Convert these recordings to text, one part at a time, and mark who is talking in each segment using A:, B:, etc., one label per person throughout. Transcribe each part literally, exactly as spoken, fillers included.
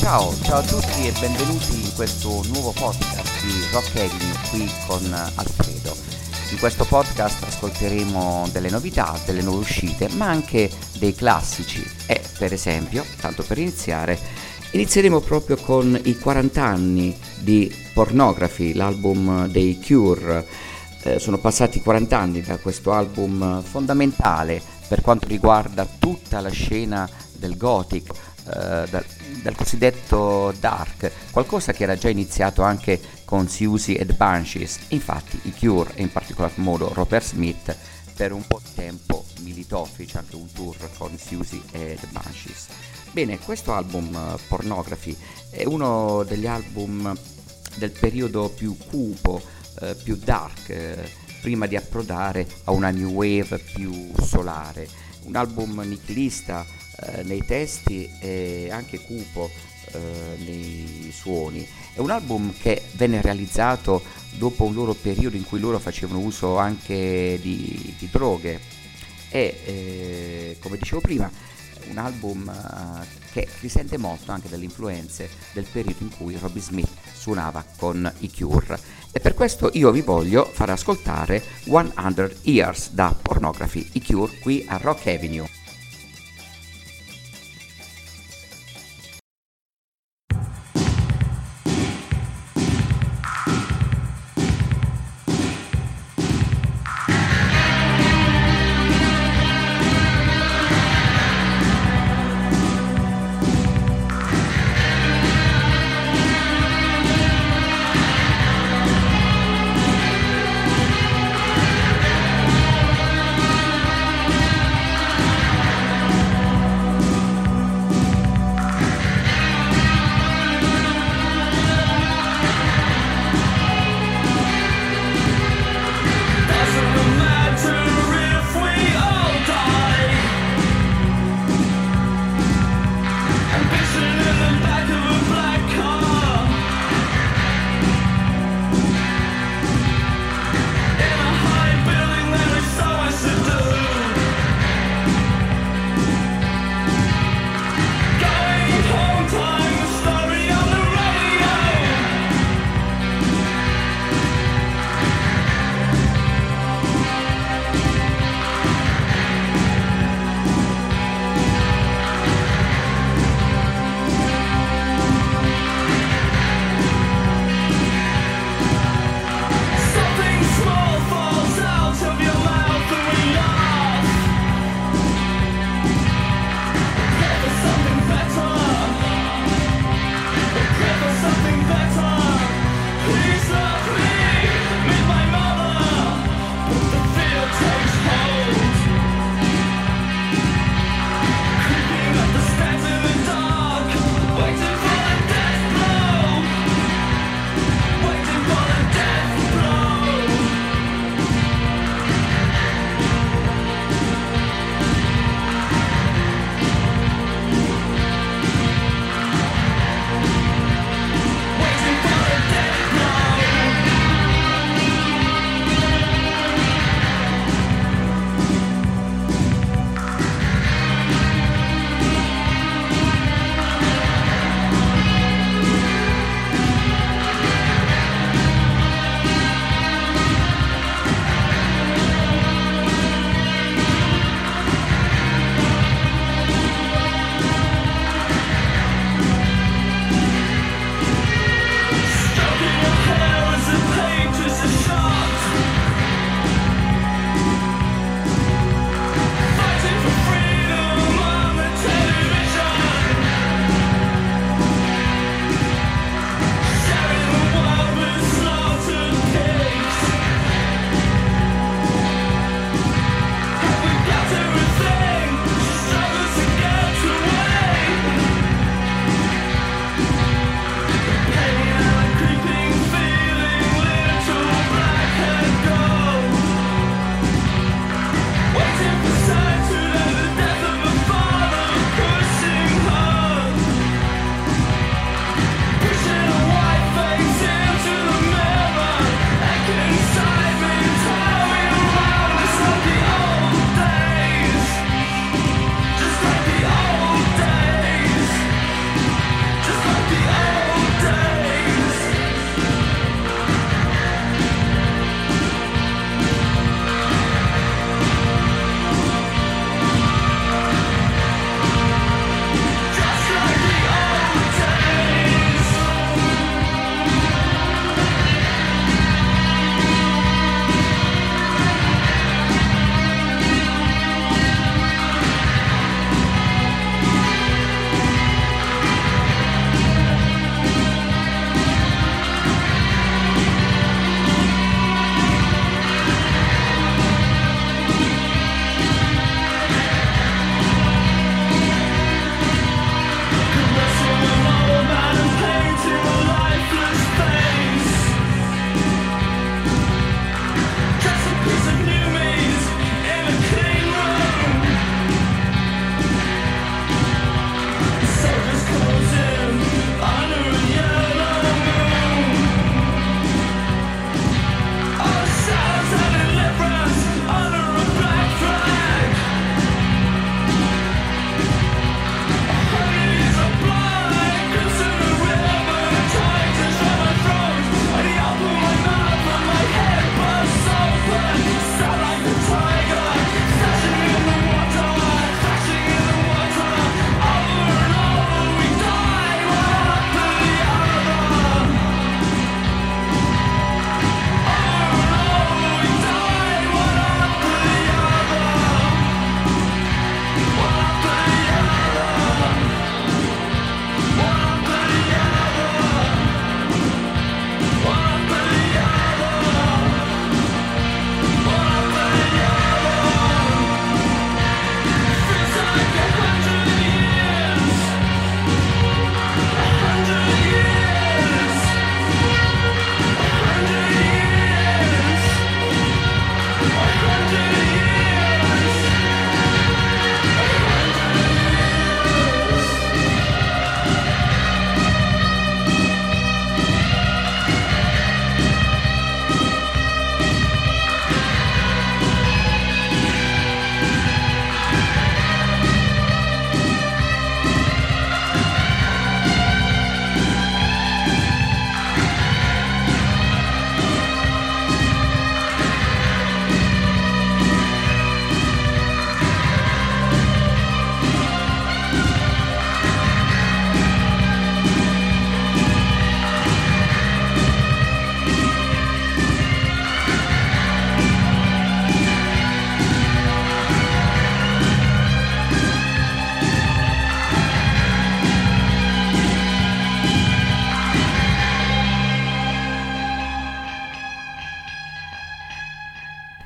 A: Ciao, ciao a tutti e benvenuti in questo nuovo podcast di Rock Avenue qui con Alfredo. In questo podcast ascolteremo delle novità, delle nuove uscite, ma anche dei classici e, per esempio, tanto per iniziare, inizieremo proprio con i quaranta anni di Pornography, l'album dei Cure. Eh, sono passati quaranta anni da questo album fondamentale per quanto riguarda tutta la scena del gothic, eh, dal, dal cosiddetto dark, qualcosa che era già iniziato anche con Siouxsie e The Banshees. Infatti i Cure, e in particolar modo Robert Smith, per un po' di tempo militò, fece anche un tour con Siouxsie e The Banshees. Bene, questo album uh, Pornography è uno degli album del periodo più cupo, uh, più dark, uh, prima di approdare a una new wave più solare. Un album nichilista uh, nei testi e anche cupo uh, nei suoni. È un album che venne realizzato dopo un loro periodo in cui loro facevano uso anche di, di droghe e, eh, come dicevo prima, un album uh, che risente molto anche delle influenze del periodo in cui Robbie Smith suonava con i Cure, e per questo io vi voglio far ascoltare cento Years da Pornography, i Cure, qui a Rock Avenue.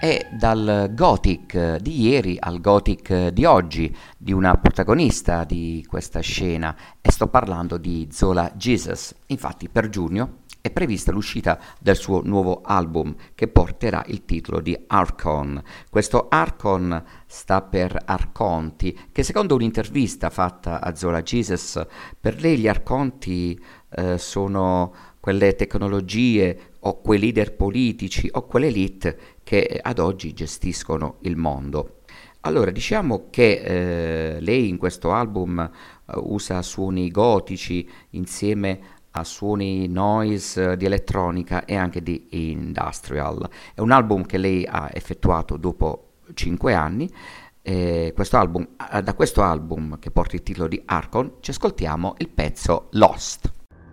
A: è dal gothic di ieri al gothic di oggi, di una protagonista di questa scena, e sto parlando di Zola Jesus. Infatti per giugno è prevista l'uscita del suo nuovo album che porterà il titolo di Archon. Questo Archon sta per Arconti, che secondo un'intervista fatta a Zola Jesus, per lei gli Arconti eh, sono quelle tecnologie o quei leader politici o quelle elite che ad oggi gestiscono il mondo. Allora, diciamo che eh, lei in questo album eh, usa suoni gotici insieme a suoni noise di elettronica e anche di industrial. È un album che lei ha effettuato dopo cinque anni. Eh, questo album, eh, da questo album che porta il titolo di Archon ci ascoltiamo il pezzo Lost.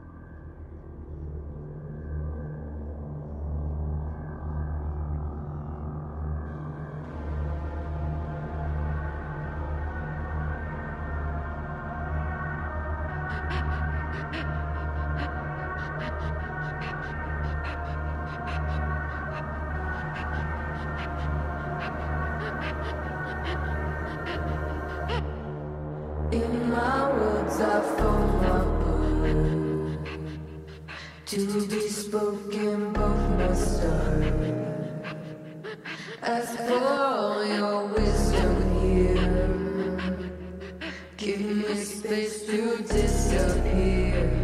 B: In my words I fold my book, to be spoken both must start. Ask for all your wisdom here, give me space to disappear.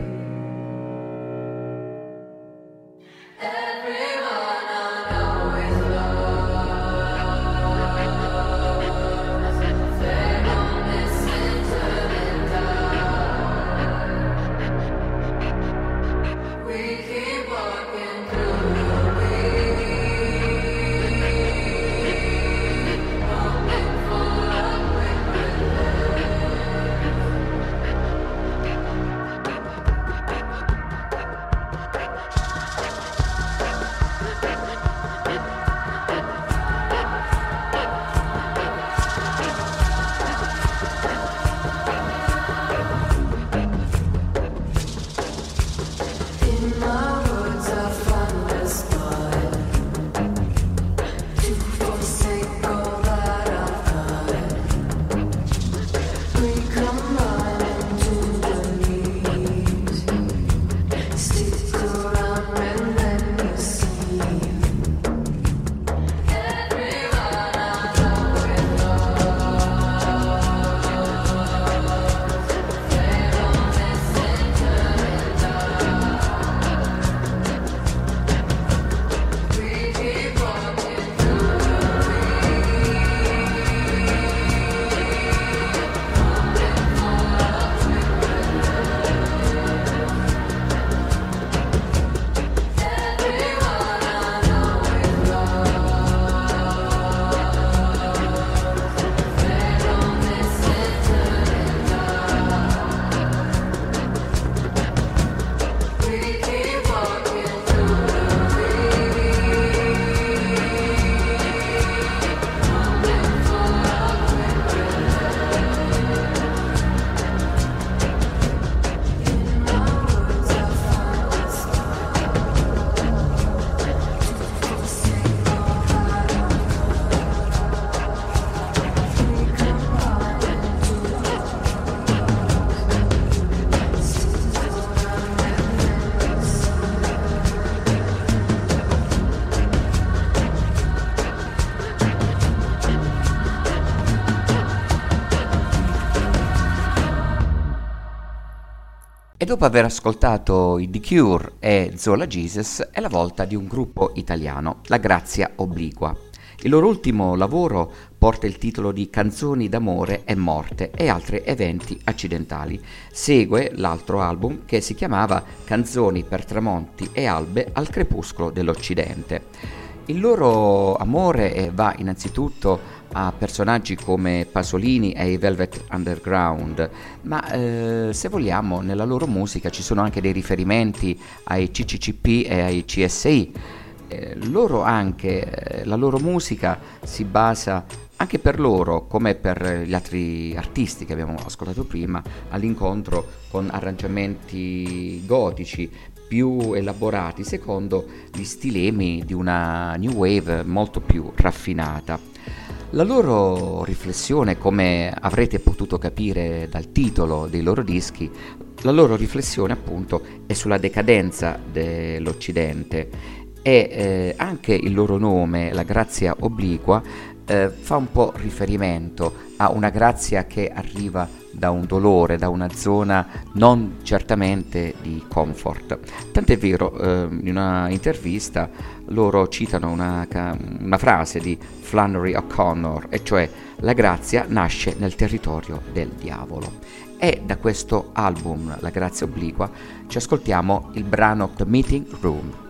A: E dopo aver ascoltato i The Cure e Zola Jesus è la volta di un gruppo italiano, la Grazia Obliqua. Il loro ultimo lavoro porta il titolo di Canzoni d'amore e morte e altri eventi accidentali. Segue l'altro album che si chiamava Canzoni per tramonti e albe al crepuscolo dell'Occidente. Il loro amore va innanzitutto a personaggi come Pasolini e i Velvet Underground, ma eh, se vogliamo nella loro musica ci sono anche dei riferimenti ai C C C P e ai C S I. Eh, loro anche, eh, la loro musica si basa Anche per loro, come per gli altri artisti che abbiamo ascoltato prima, all'incontro con arrangiamenti gotici più elaborati secondo gli stilemi di una new wave molto più raffinata. La loro riflessione, come avrete potuto capire dal titolo dei loro dischi, la loro riflessione appunto è sulla decadenza dell'Occidente e eh, anche il loro nome, la grazia obliqua, eh, fa un po' riferimento a una grazia che arriva da un dolore, da una zona non certamente di comfort. Tant'è vero, eh, in una intervista loro citano una, una frase di Flannery O'Connor, e cioè la grazia nasce nel territorio del diavolo. E da questo album, La grazia obliqua, ci ascoltiamo il brano The Meeting Room.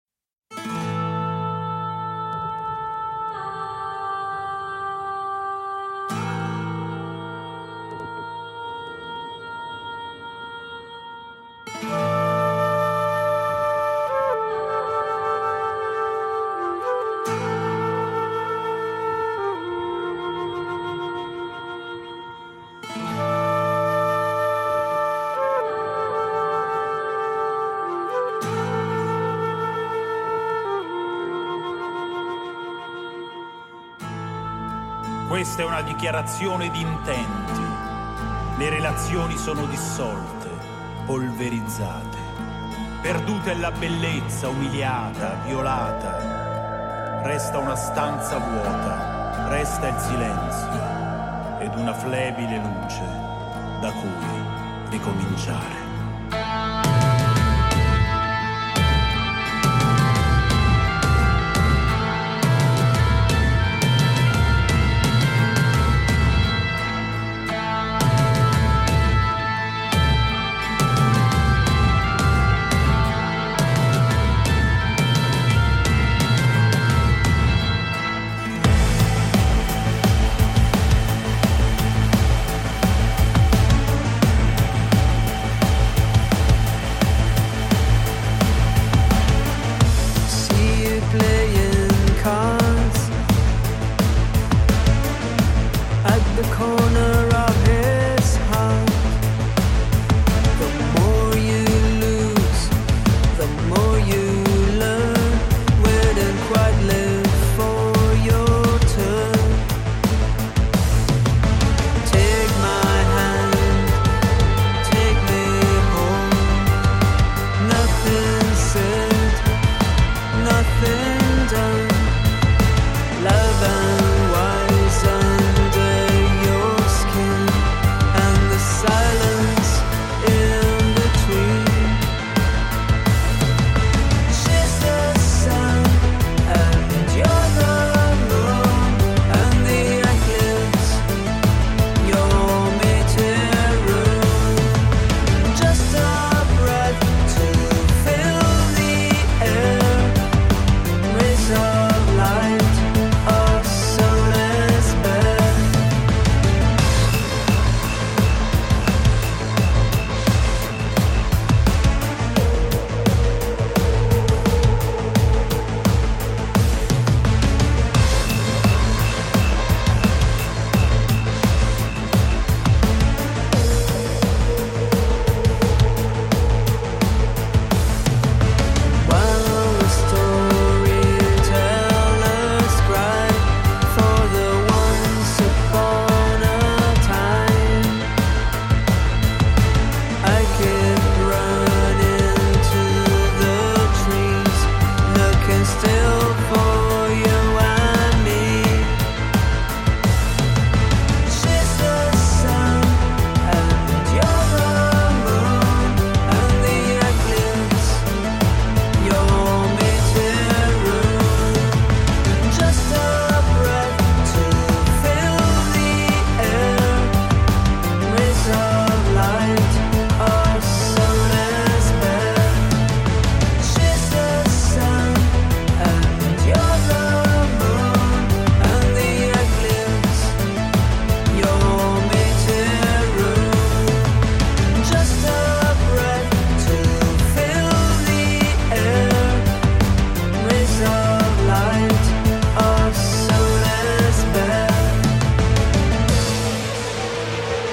C: Questa è una dichiarazione di intenti. Le relazioni sono dissolte, polverizzate. Perduta è la bellezza, umiliata, violata. Resta una stanza vuota, resta il silenzio ed una flebile luce da cui ricominciare.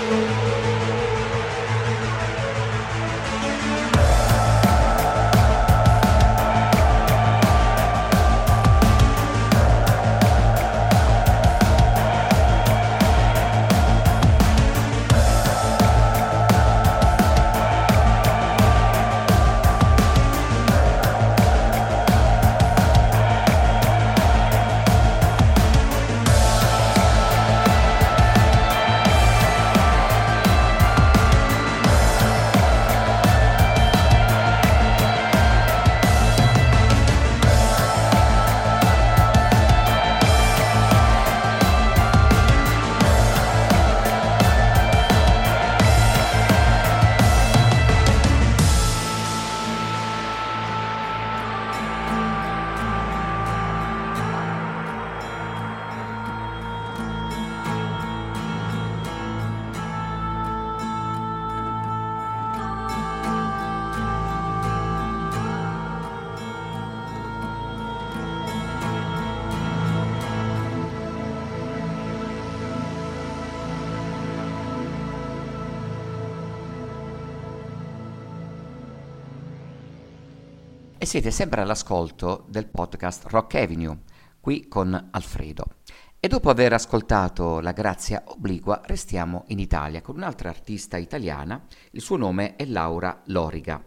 A: E siete sempre all'ascolto del podcast Rock Avenue, qui con Alfredo. E dopo aver ascoltato La Grazia Obliqua, restiamo in Italia con un'altra artista italiana, il suo nome è Laura Loriga.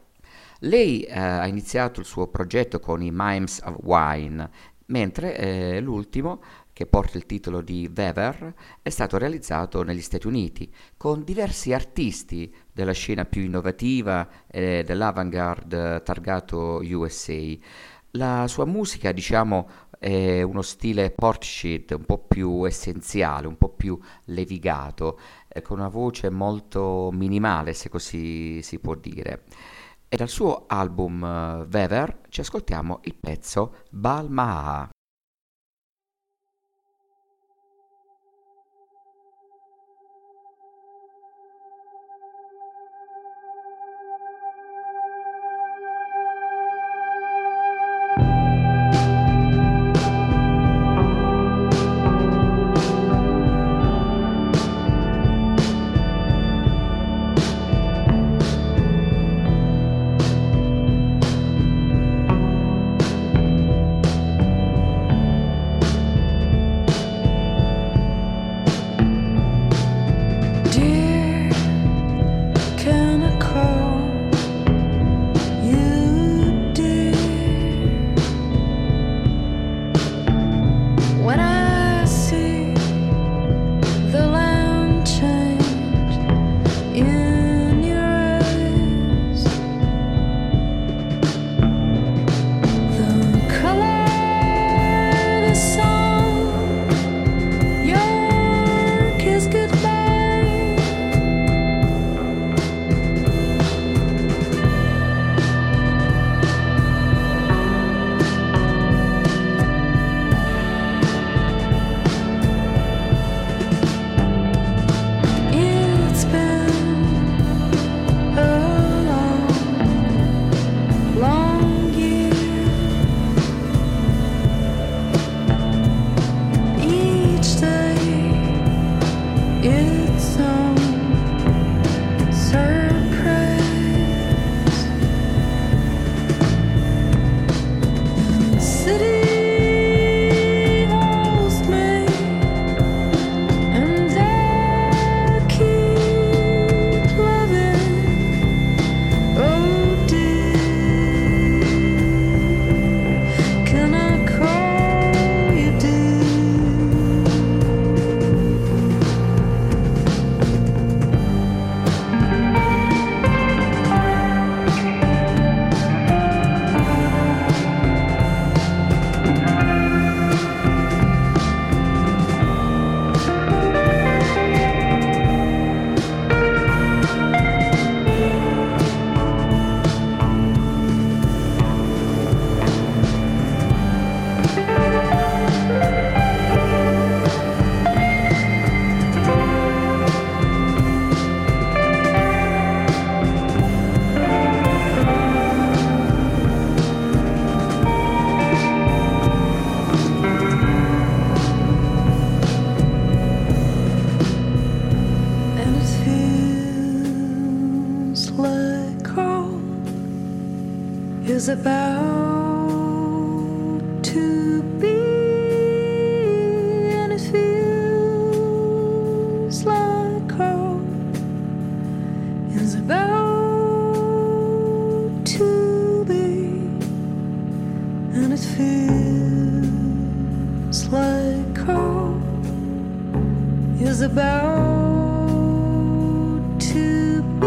A: Lei eh, ha iniziato il suo progetto con i Mimes of Wine, mentre eh, l'ultimo, che porta il titolo di Weather, è stato realizzato negli Stati Uniti, con diversi artisti della scena più innovativa e dell'avant-garde targato U S A. La sua musica, diciamo, è uno stile Portishead un po' più essenziale, un po' più levigato, eh, con una voce molto minimale, se così si può dire. E dal suo album uh, Weather ci ascoltiamo il pezzo Balmaha.
B: is about to be, and it feels like home is about to be, and it feels like home is about to be.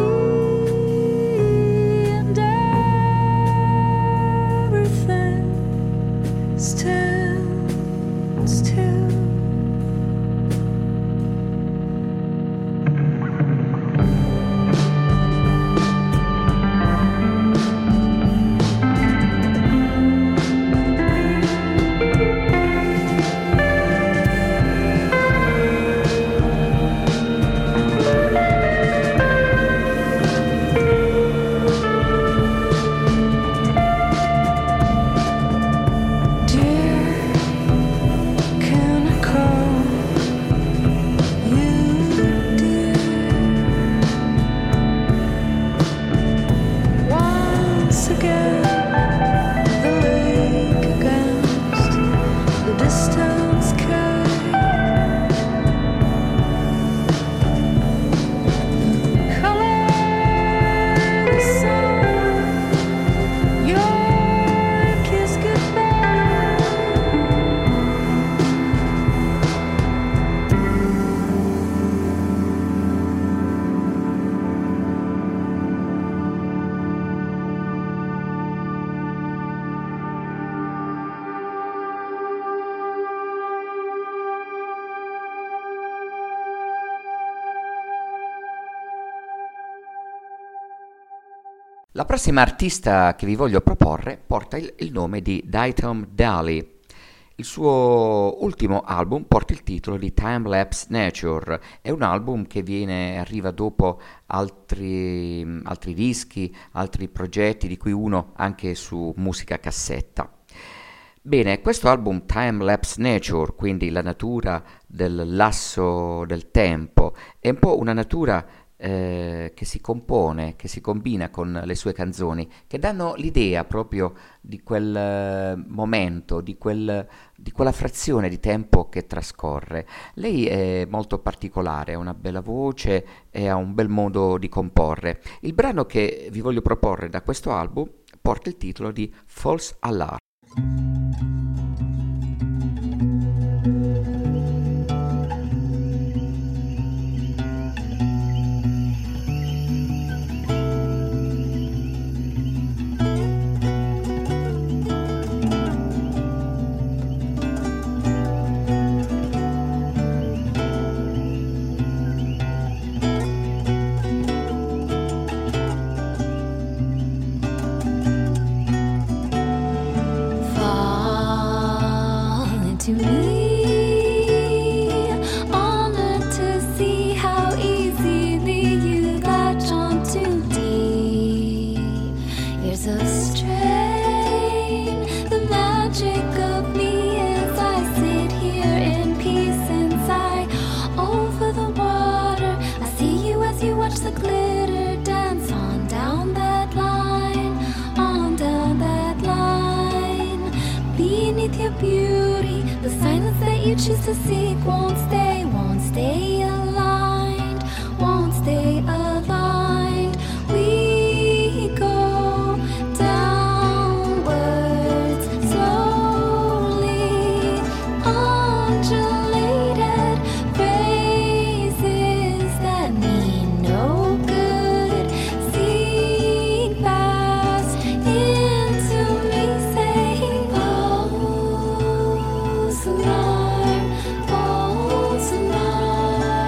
A: La prossima artista che vi voglio proporre porta il, il nome di Dighton Dali. Il suo ultimo album porta il titolo di Time Lapse Nature. È un album che viene, arriva dopo altri, altri dischi, altri progetti, di cui uno anche su musica cassetta. Bene, questo album Time Lapse Nature, quindi la natura del lasso del tempo, è un po' una natura Eh, che si compone, che si combina con le sue canzoni, che danno l'idea proprio di quel eh, momento, di, quel, di quella frazione di tempo che trascorre. Lei è molto particolare, ha una bella voce e ha un bel modo di comporre. Il brano che vi voglio proporre da questo album porta il titolo di False Alarm.
D: To me, honored to see how easily you latch on too deep. You're so strange, the magic of me as I sit here in peace and sigh over the water. I see you as you watch the glitter dance on down that line, on down that line. Beneath your beauty, the silence that you choose to seek won't stay, won't stay aligned, won't stay aligned. We go downwards slowly, undulated phrases that mean no good. Seek past into me, saying, false alarm, false alarm.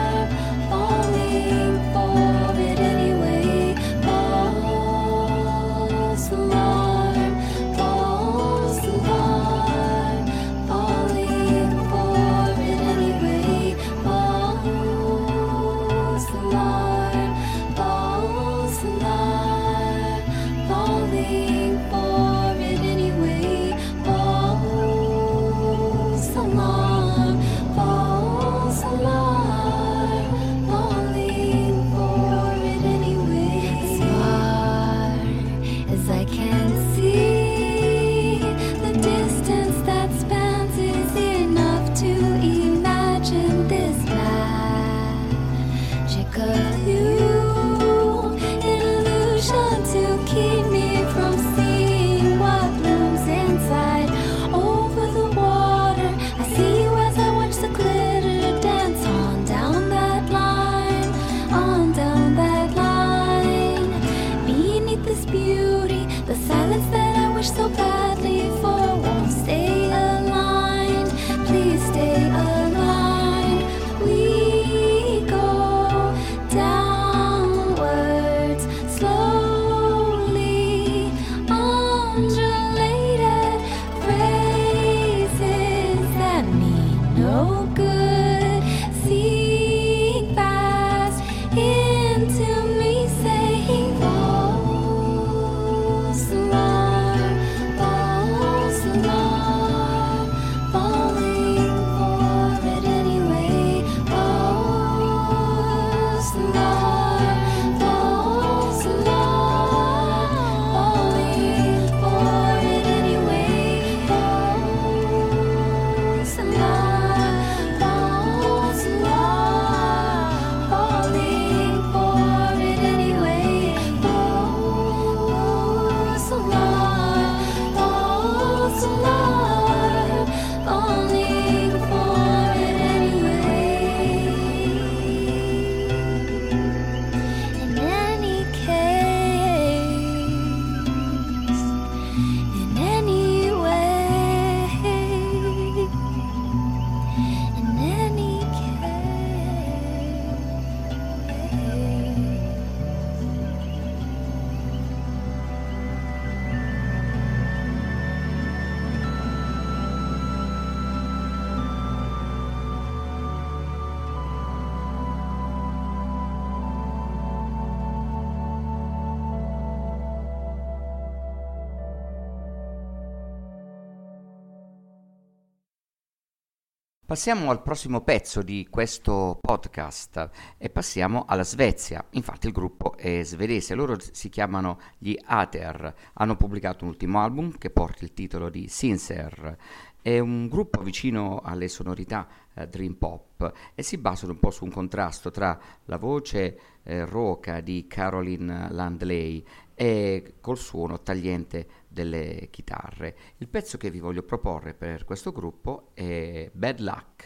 A: Passiamo al prossimo pezzo di questo podcast e passiamo alla Svezia. Infatti il gruppo è svedese, loro si chiamano gli Aether, hanno pubblicato un ultimo album che porta il titolo di Sincere. È un gruppo vicino alle sonorità eh, dream pop e si basano un po' su un contrasto tra la voce eh, roca di Caroline Landley e col suono tagliente delle chitarre. Il pezzo che vi voglio proporre per questo gruppo è Bad Luck.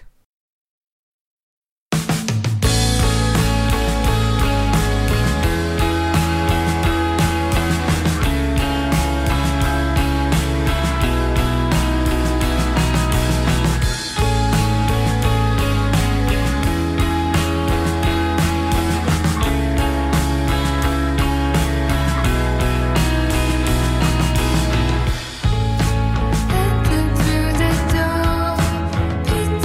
D: Through the door,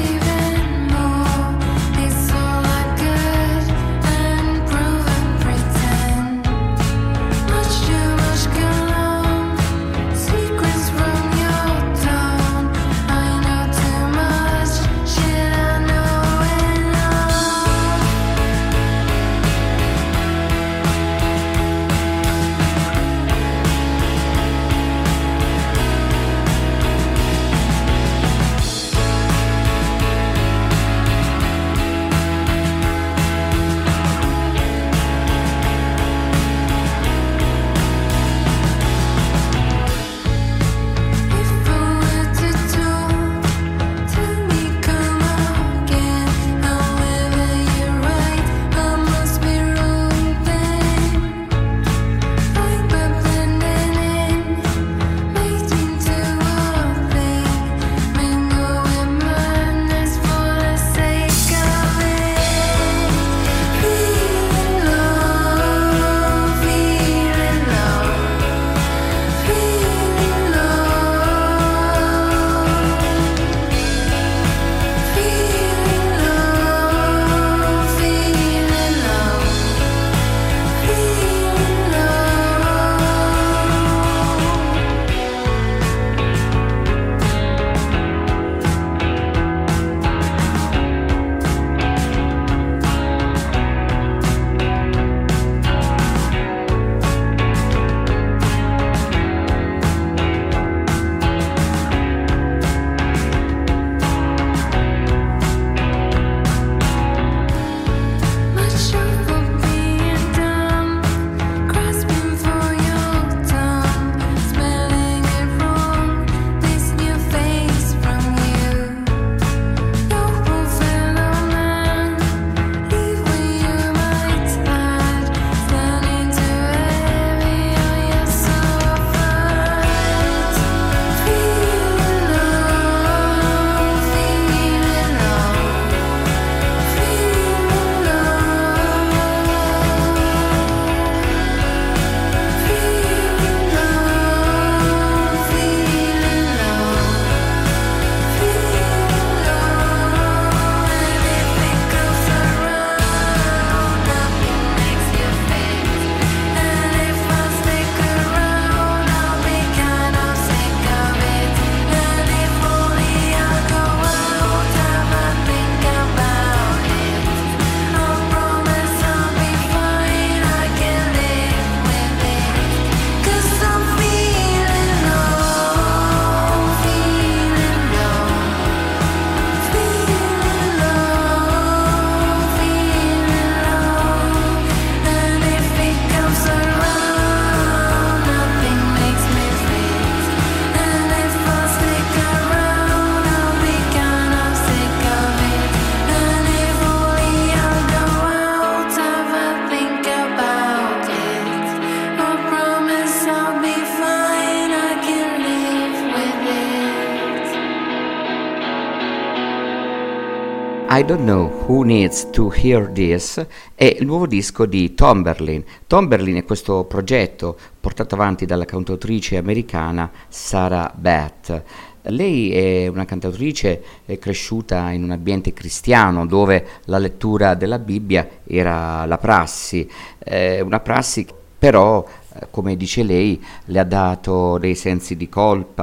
A: I Don't Know Who Needs to Hear This è il nuovo disco di Tomberlin. Tomberlin è questo progetto portato avanti dalla cantautrice americana Sarah Beth. Lei è una cantautrice è cresciuta in un ambiente cristiano dove la lettura della Bibbia era la prassi, eh, una prassi che però, come dice lei, le ha dato dei sensi di colpa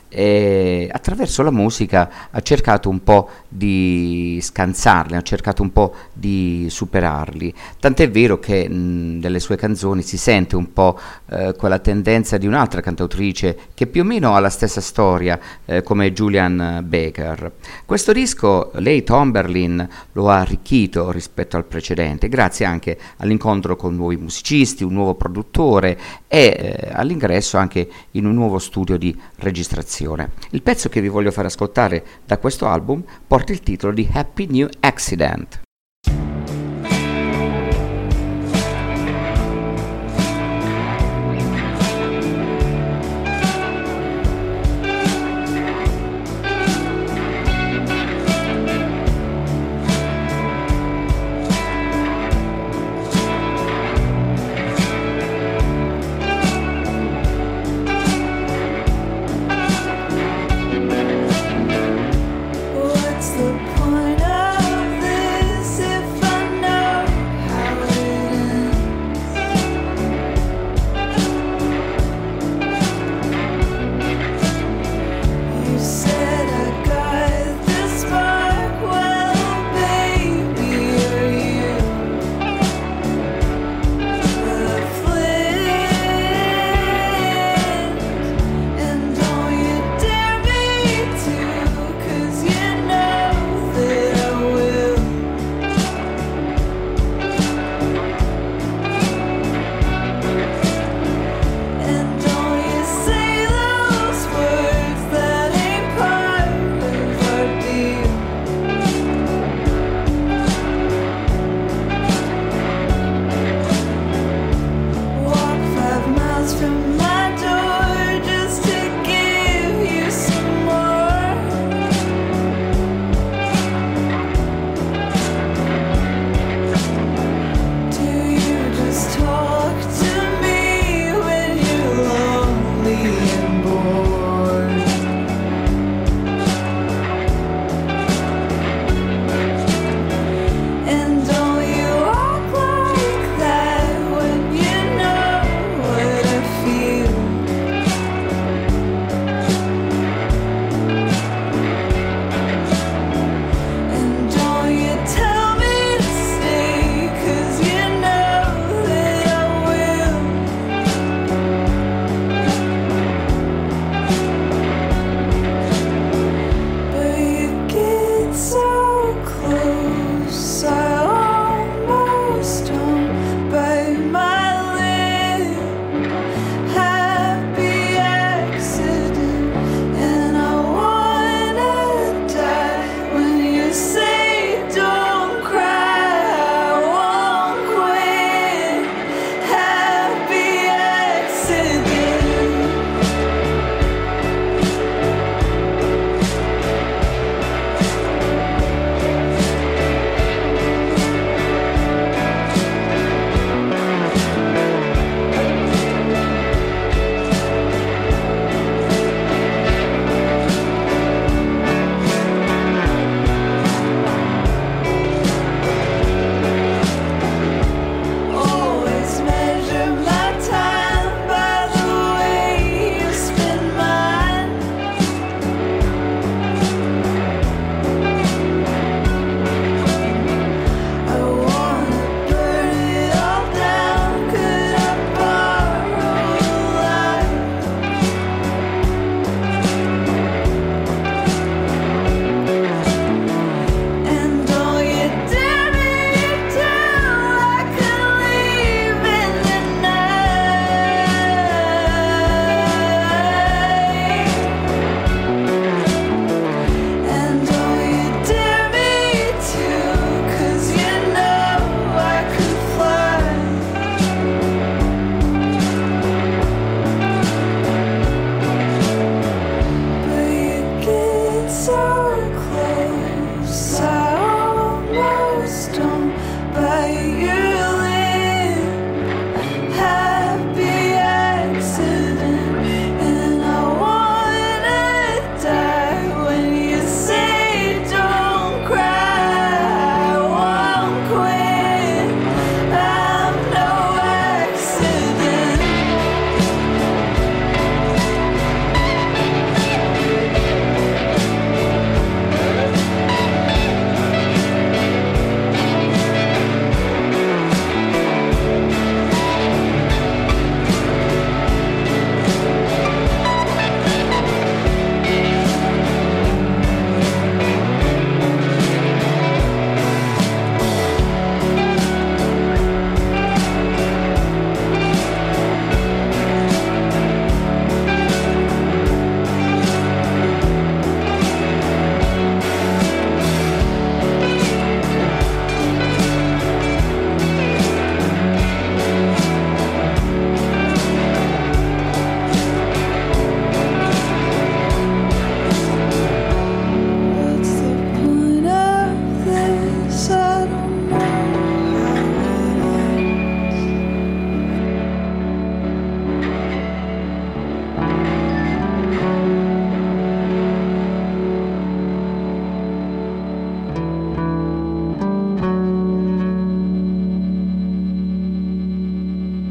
A: e attraverso la musica ha cercato un po' di scansarli, ha cercato un po' di superarli, tant'è vero che mh, nelle sue canzoni si sente un po' eh, quella tendenza di un'altra cantautrice che più o meno ha la stessa storia eh, come Julian Baker. Questo disco lei Tomberlin lo ha arricchito rispetto al precedente, grazie anche all'incontro con nuovi musicisti, un nuovo produttore e eh, all'ingresso anche in un nuovo studio di registrazione. Il pezzo che vi voglio far ascoltare da questo album porta il titolo di Happy New Accident.
B: What's the point of this?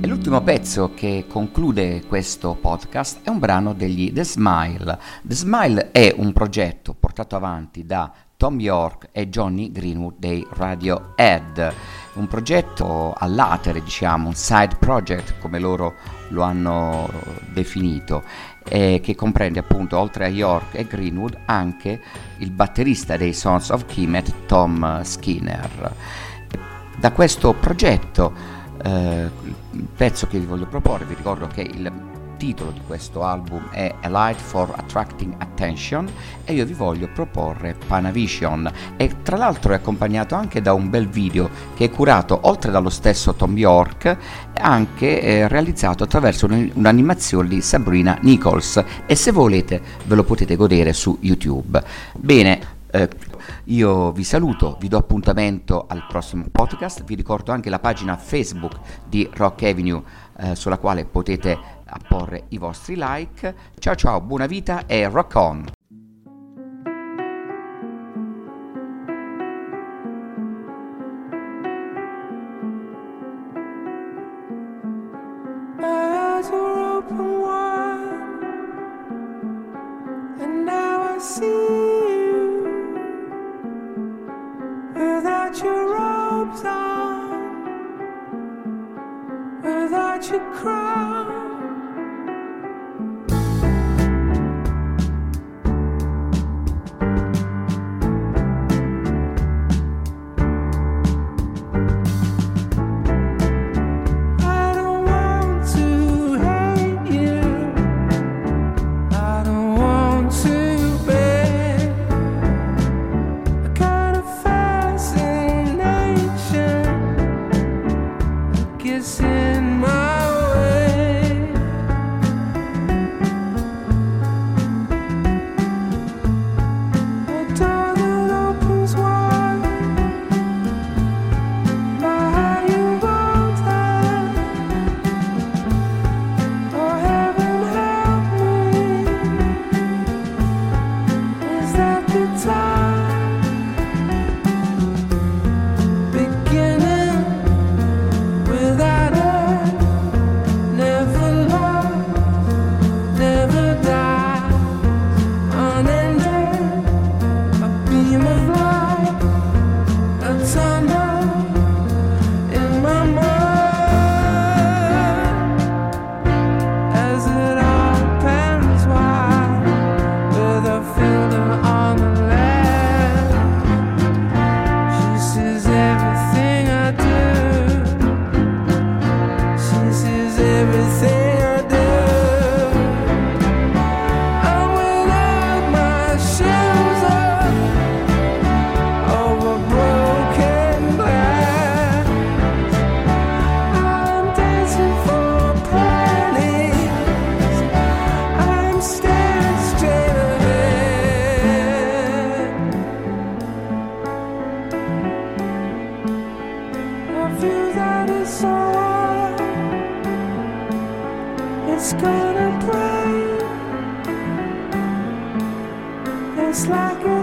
A: E l'ultimo pezzo che conclude questo podcast è un brano degli The Smile. The Smile è un progetto portato avanti da Thom Yorke e Jonny Greenwood dei Radiohead, un progetto a latere, diciamo, un side project come loro lo hanno definito, eh, che comprende appunto, oltre a Yorke e Greenwood, anche il batterista dei Sons of Kemet, Tom Skinner. Da questo progetto, eh, il pezzo che vi voglio proporre, vi ricordo che il titolo di questo album è A Light for Attracting Attention, e io vi voglio proporre Panavision, e tra l'altro è accompagnato anche da un bel video che è curato, oltre dallo stesso Thom Yorke, anche eh, realizzato attraverso un, un'animazione di Sabrina Nichols, e se volete ve lo potete godere su YouTube. Bene, eh, io vi saluto, vi do appuntamento al prossimo podcast. Vi ricordo anche la pagina Facebook di Rock Avenue, eh, sulla quale potete apporre i vostri like. Ciao ciao, buona vita e rock on!
B: Your crown, I don't want to hate you, I don't want to bear a kind of fascination that gets in my it's gonna break. It's like a